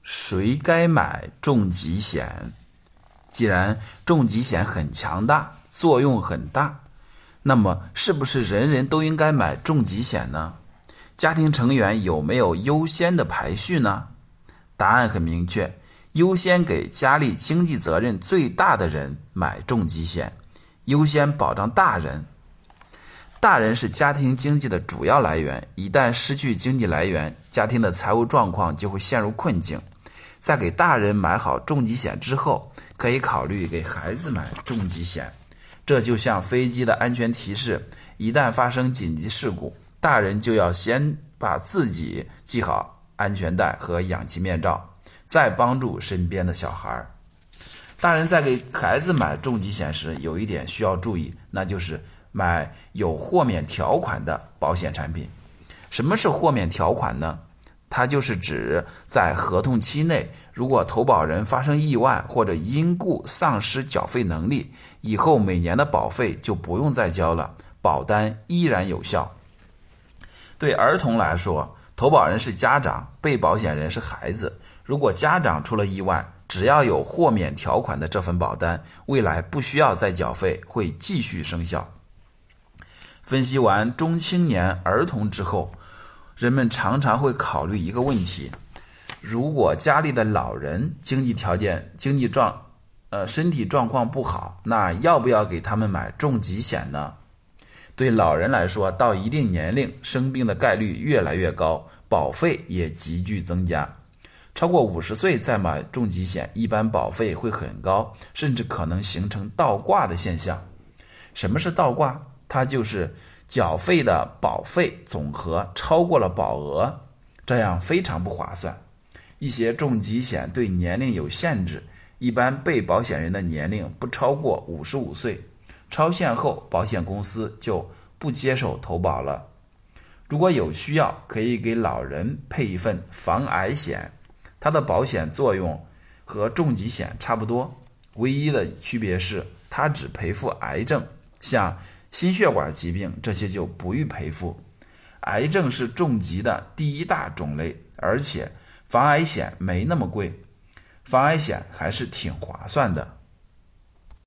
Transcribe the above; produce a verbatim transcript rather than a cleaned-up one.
谁该买重疾险？既然重疾险很强大，作用很大，那么是不是人人都应该买重疾险呢？家庭成员有没有优先的排序呢？答案很明确，优先给家里经济责任最大的人买重疾险，优先保障大人。大人是家庭经济的主要来源，一旦失去经济来源，家庭的财务状况就会陷入困境。在给大人买好重疾险之后，可以考虑给孩子买重疾险。这就像飞机的安全提示，一旦发生紧急事故，大人就要先把自己系好安全带和氧气面罩，再帮助身边的小孩。大人在给孩子买重疾险时，有一点需要注意，那就是买有豁免条款的保险产品。什么是豁免条款呢？它就是指在合同期内，如果投保人发生意外或者因故丧失缴费能力，以后每年的保费就不用再交了，保单依然有效。对儿童来说，投保人是家长，被保险人是孩子。如果家长出了意外，只要有豁免条款的这份保单，未来不需要再缴费，会继续生效。分析完中青年儿童之后，人们常常会考虑一个问题：如果家里的老人经济条件、经济状、呃身体状况不好，那要不要给他们买重疾险呢？对老人来说，到一定年龄，生病的概率越来越高，保费也急剧增加。超过五十岁再买重疾险，一般保费会很高，甚至可能形成倒挂的现象。什么是倒挂？它就是缴费的保费总和超过了保额，这样非常不划算。一些重疾险对年龄有限制，一般被保险人的年龄不超过五十五岁，超限后保险公司就不接受投保了。如果有需要，可以给老人配一份防癌险，它的保险作用和重疾险差不多，唯一的区别是它只赔付癌症，像心血管疾病这些就不予赔付。癌症是重疾的第一大种类，而且防癌险没那么贵，防癌险还是挺划算的。